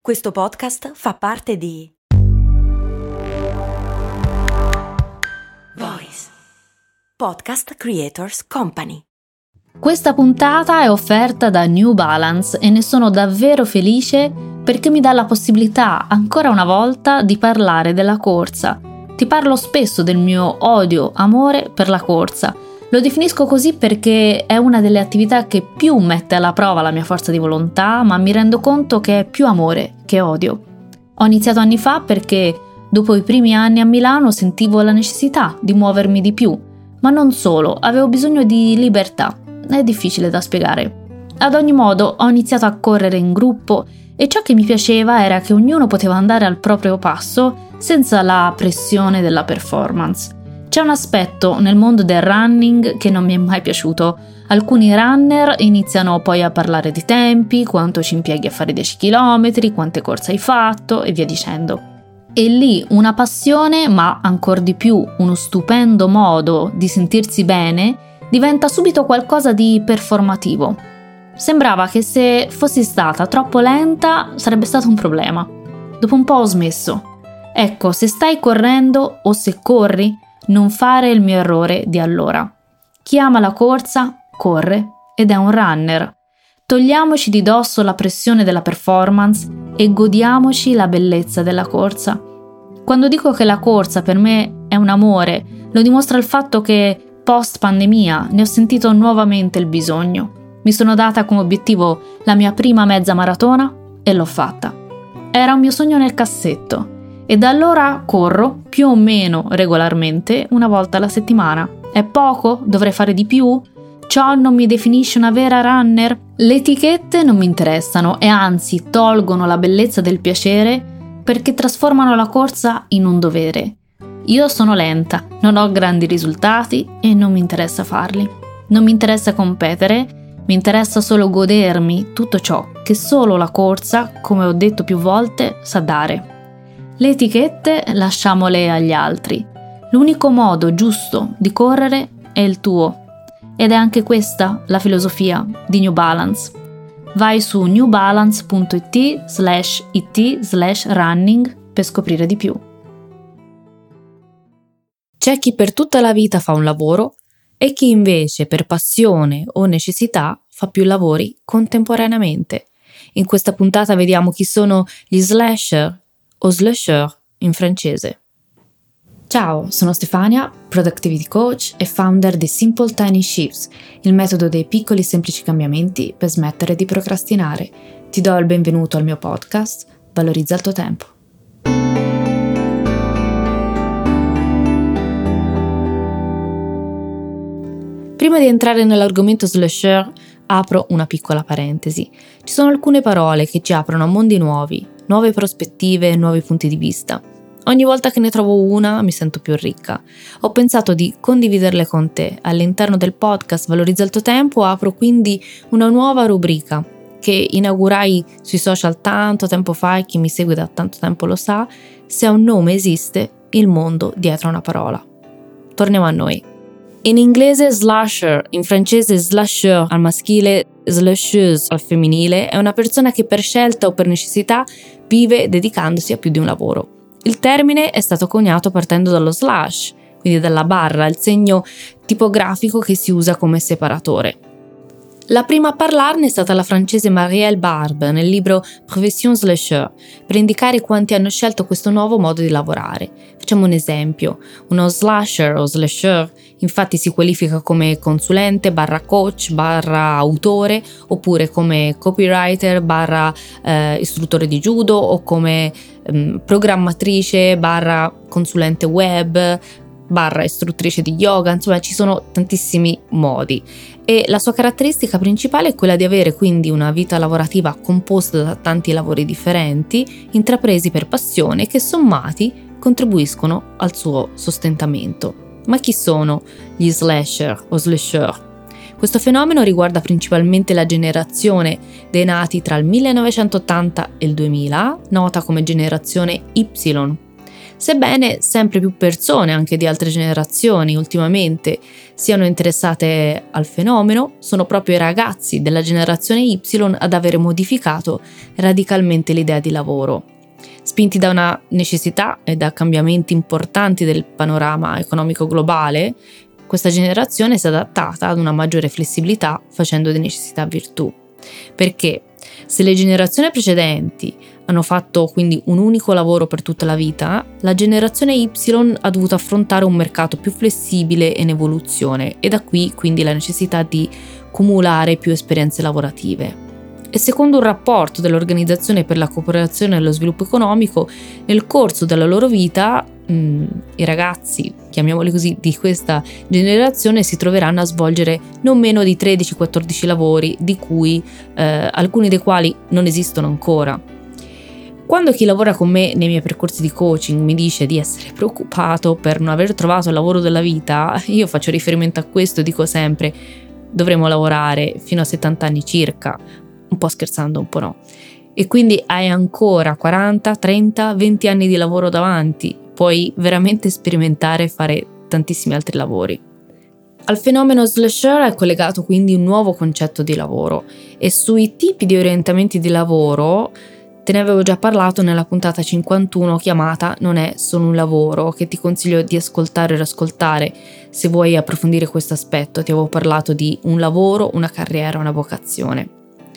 Questo podcast fa parte di Voice Podcast Creators Company. Questa puntata è offerta da New Balance e ne sono davvero felice perché mi dà la possibilità ancora una volta di parlare della corsa. Ti parlo spesso del mio odio-amore per la corsa. Lo definisco così perché è una delle attività che più mette alla prova la mia forza di volontà, ma mi rendo conto che è più amore che odio. Ho iniziato anni fa perché dopo i primi anni a Milano sentivo la necessità di muovermi di più, ma non solo, avevo bisogno di libertà. È difficile da spiegare. Ad ogni modo ho iniziato a correre in gruppo e ciò che mi piaceva era che ognuno poteva andare al proprio passo senza la pressione della performance. C'è un aspetto nel mondo del running che non mi è mai piaciuto. Alcuni runner iniziano poi a parlare di tempi, quanto ci impieghi a fare 10 km, quante corse hai fatto e via dicendo. E lì una passione, ma ancor di più uno stupendo modo di sentirsi bene, diventa subito qualcosa di performativo. Sembrava che se fossi stata troppo lenta sarebbe stato un problema. Dopo un po' ho smesso. Ecco, se stai correndo o se corri, non fare il mio errore di allora. Chi ama la corsa, corre ed è un runner. Togliamoci di dosso la pressione della performance e godiamoci la bellezza della corsa. Quando dico che la corsa per me è un amore, lo dimostra il fatto che post pandemia ne ho sentito nuovamente il bisogno. Mi sono data come obiettivo la mia prima mezza maratona e l'ho fatta. Era un mio sogno nel cassetto. E da allora corro più o meno regolarmente una volta alla settimana. È poco? Dovrei fare di più? Ciò non mi definisce una vera runner? Le etichette non mi interessano e anzi tolgono la bellezza del piacere perché trasformano la corsa in un dovere. Io sono lenta, non ho grandi risultati e non mi interessa farli. Non mi interessa competere, mi interessa solo godermi tutto ciò che solo la corsa, come ho detto più volte, sa dare. Le etichette lasciamole agli altri. L'unico modo giusto di correre è il tuo. Ed è anche questa la filosofia di New Balance. Vai su newbalance.it/running per scoprire di più. C'è chi per tutta la vita fa un lavoro e chi invece per passione o necessità fa più lavori contemporaneamente. In questa puntata vediamo chi sono gli slasher o slasher in francese. Ciao, sono Stefania, Productivity Coach e founder di Simple Tiny Shifts, il metodo dei piccoli semplici cambiamenti per smettere di procrastinare. Ti do il benvenuto al mio podcast, Valorizza il tuo tempo. Prima di entrare nell'argomento slasher, apro una piccola parentesi. Ci sono alcune parole che ci aprono a mondi nuovi, nuove prospettive e nuovi punti di vista. Ogni volta che ne trovo una mi sento più ricca. Ho pensato di condividerle con te. All'interno del podcast Valorizza il tuo tempo apro quindi una nuova rubrica che inaugurai sui social tanto tempo fa e chi mi segue da tanto tempo lo sa. Se a un nome esiste, il mondo dietro una parola. Torniamo a noi. In inglese slasher, in francese slasher al maschile, slasheuse al femminile, è una persona che per scelta o per necessità vive dedicandosi a più di un lavoro. Il termine è stato coniato partendo dallo slash, quindi dalla barra, il segno tipografico che si usa come separatore. La prima a parlarne è stata la francese Marielle Barbe nel libro Profession Slasher, per indicare quanti hanno scelto questo nuovo modo di lavorare. Facciamo un esempio. Uno slasher o slasher infatti si qualifica come consulente / coach / autore, oppure come copywriter / istruttore di judo, o come programmatrice / consulente web / istruttrice di yoga. Insomma, ci sono tantissimi modi e la sua caratteristica principale è quella di avere quindi una vita lavorativa composta da tanti lavori differenti, intrapresi per passione, che sommati contribuiscono al suo sostentamento. Ma chi sono gli slasher o slasher? Questo fenomeno riguarda principalmente la generazione dei nati tra il 1980 e il 2000, nota come generazione Y. sebbene sempre più persone, anche di altre generazioni ultimamente, siano interessate al fenomeno, sono proprio i ragazzi della generazione Y ad avere modificato radicalmente l'idea di lavoro. Spinti da una necessità e da cambiamenti importanti del panorama economico globale, questa generazione si è adattata ad una maggiore flessibilità facendo di necessità virtù. Perché se le generazioni precedenti hanno fatto quindi un unico lavoro per tutta la vita, la generazione Y ha dovuto affrontare un mercato più flessibile e in evoluzione e da qui quindi la necessità di cumulare più esperienze lavorative. E secondo un rapporto dell'Organizzazione per la cooperazione e lo sviluppo economico, nel corso della loro vita i ragazzi, chiamiamoli così, di questa generazione si troveranno a svolgere non meno di 13-14 lavori, di cui alcuni dei quali non esistono ancora. Quando chi lavora con me nei miei percorsi di coaching mi dice di essere preoccupato per non aver trovato il lavoro della vita, io faccio riferimento a questo e dico sempre: dovremo lavorare fino a 70 anni circa, un po' scherzando, un po' no. E quindi hai ancora 40, 30, 20 anni di lavoro davanti, puoi veramente sperimentare e fare tantissimi altri lavori. Al fenomeno slasher è collegato quindi un nuovo concetto di lavoro e sui tipi di orientamenti di lavoro te ne avevo già parlato nella puntata 51 chiamata Non è solo un lavoro, che ti consiglio di ascoltare e riascoltare se vuoi approfondire questo aspetto. Ti avevo parlato di un lavoro, una carriera, una vocazione.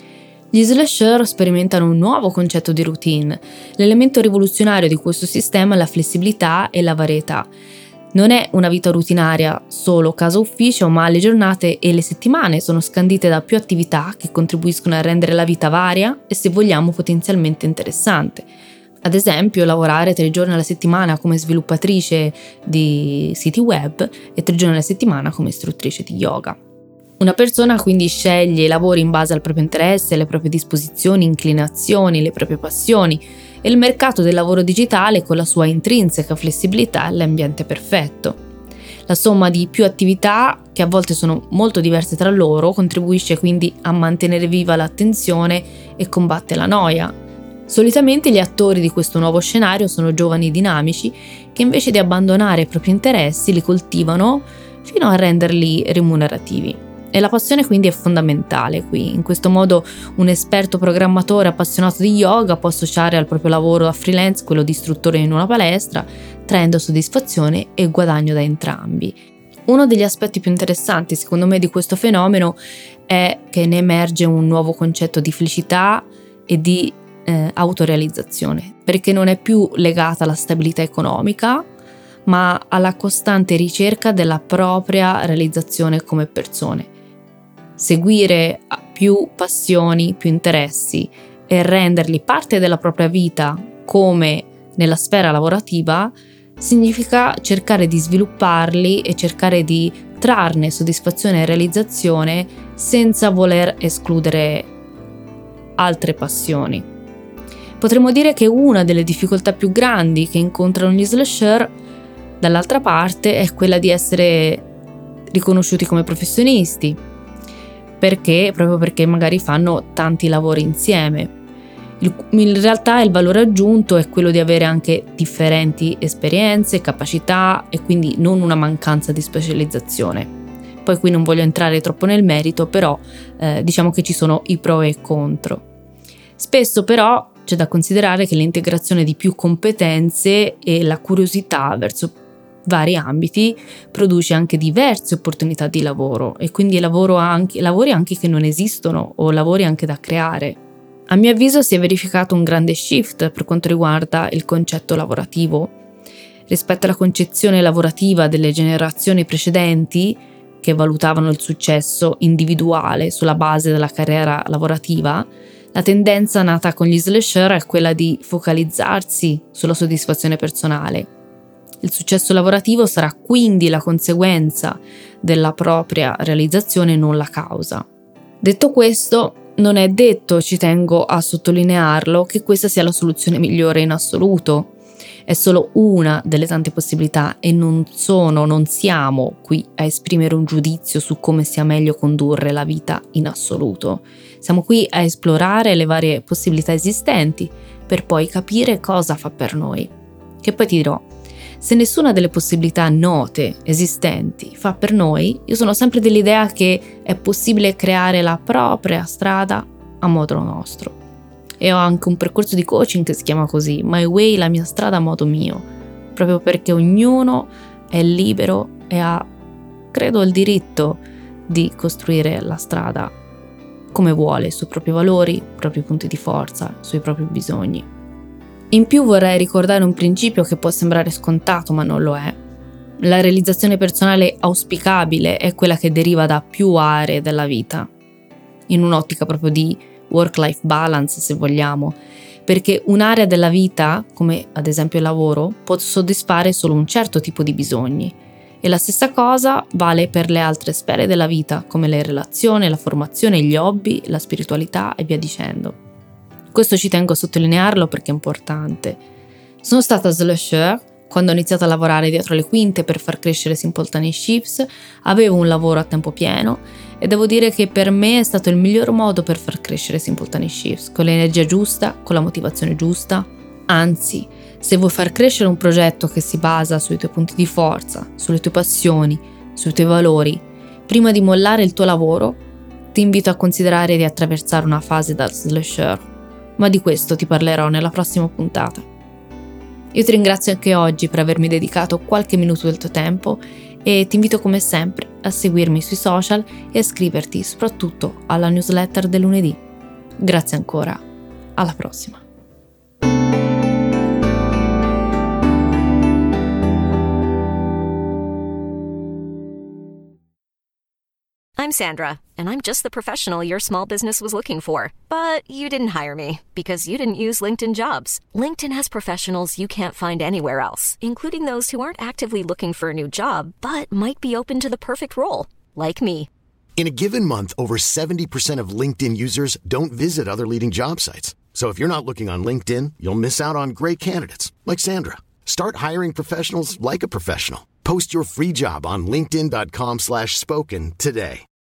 Gli slasher sperimentano un nuovo concetto di routine. L'elemento rivoluzionario di questo sistema è la flessibilità e la varietà. Non è una vita rutinaria solo casa ufficio, ma le giornate e le settimane sono scandite da più attività che contribuiscono a rendere la vita varia e, se vogliamo, potenzialmente interessante. Ad esempio, lavorare 3 giorni alla settimana come sviluppatrice di siti web e 3 giorni alla settimana come istruttrice di yoga. Una persona quindi sceglie i lavori in base al proprio interesse, alle proprie disposizioni, inclinazioni, le proprie passioni, e il mercato del lavoro digitale, con la sua intrinseca flessibilità, è l'ambiente perfetto. La somma di più attività, che a volte sono molto diverse tra loro, contribuisce quindi a mantenere viva l'attenzione e combatte la noia. Solitamente gli attori di questo nuovo scenario sono giovani dinamici che, invece di abbandonare i propri interessi, li coltivano fino a renderli remunerativi. E la passione quindi è fondamentale qui. In questo modo un esperto programmatore appassionato di yoga può associare al proprio lavoro da freelance quello di istruttore in una palestra, traendo soddisfazione e guadagno da entrambi. Uno degli aspetti più interessanti secondo me di questo fenomeno è che ne emerge un nuovo concetto di felicità e di autorealizzazione, perché non è più legata alla stabilità economica, ma alla costante ricerca della propria realizzazione come persone. Seguire più passioni, più interessi e renderli parte della propria vita, come nella sfera lavorativa, significa cercare di svilupparli e cercare di trarne soddisfazione e realizzazione senza voler escludere altre passioni. Potremmo dire che una delle difficoltà più grandi che incontrano gli slasher, dall'altra parte, è quella di essere riconosciuti come professionisti, proprio perché magari fanno tanti lavori insieme. In realtà il valore aggiunto è quello di avere anche differenti esperienze, capacità e quindi non una mancanza di specializzazione. Poi qui non voglio entrare troppo nel merito, però diciamo che ci sono i pro e i contro. Spesso però c'è da considerare che l'integrazione di più competenze e la curiosità verso vari ambiti produce anche diverse opportunità di lavoro e quindi lavori anche che non esistono o lavori anche da creare. A mio avviso si è verificato un grande shift per quanto riguarda il concetto lavorativo. Rispetto alla concezione lavorativa delle generazioni precedenti, che valutavano il successo individuale sulla base della carriera lavorativa, la tendenza nata con gli slasher è quella di focalizzarsi sulla soddisfazione personale. Il successo lavorativo sarà quindi la conseguenza della propria realizzazione, non la causa. Detto questo, non è detto, ci tengo a sottolinearlo, che questa sia la soluzione migliore in assoluto. È solo una delle tante possibilità e non siamo qui a esprimere un giudizio su come sia meglio condurre la vita in assoluto. Siamo qui a esplorare le varie possibilità esistenti per poi capire cosa fa per noi. Che poi ti dirò, Se nessuna delle possibilità note, esistenti, fa per noi, io sono sempre dell'idea che è possibile creare la propria strada a modo nostro. E ho anche un percorso di coaching che si chiama così, My Way, la mia strada a modo mio, proprio perché ognuno è libero e ha, credo, il diritto di costruire la strada come vuole, sui propri valori, i propri punti di forza, sui propri bisogni. In più vorrei ricordare un principio che può sembrare scontato, ma non lo è. La realizzazione personale auspicabile è quella che deriva da più aree della vita, in un'ottica proprio di work-life balance, se vogliamo, perché un'area della vita, come ad esempio il lavoro, può soddisfare solo un certo tipo di bisogni, e la stessa cosa vale per le altre sfere della vita, come le relazioni, la formazione, gli hobby, la spiritualità e via dicendo. Questo ci tengo a sottolinearlo perché è importante. Sono stata slasher quando ho iniziato a lavorare dietro le quinte per far crescere Simultaneous Shifts, avevo un lavoro a tempo pieno e devo dire che per me è stato il miglior modo per far crescere Simultaneous Shifts, con l'energia giusta, con la motivazione giusta. Anzi, se vuoi far crescere un progetto che si basa sui tuoi punti di forza, sulle tue passioni, sui tuoi valori, prima di mollare il tuo lavoro, ti invito a considerare di attraversare una fase da slasher, ma di questo ti parlerò nella prossima puntata. Io ti ringrazio anche oggi per avermi dedicato qualche minuto del tuo tempo e ti invito come sempre a seguirmi sui social e a iscriverti soprattutto alla newsletter del lunedì. Grazie ancora, alla prossima. I'm Sandra, and I'm just the professional your small business was looking for. But you didn't hire me because you didn't use LinkedIn Jobs. LinkedIn has professionals you can't find anywhere else, including those who aren't actively looking for a new job, but might be open to the perfect role, like me. In a given month, over 70% of LinkedIn users don't visit other leading job sites. So if you're not looking on LinkedIn, you'll miss out on great candidates like Sandra. Start hiring professionals like a professional. Post your free job on linkedin.com/spoken today.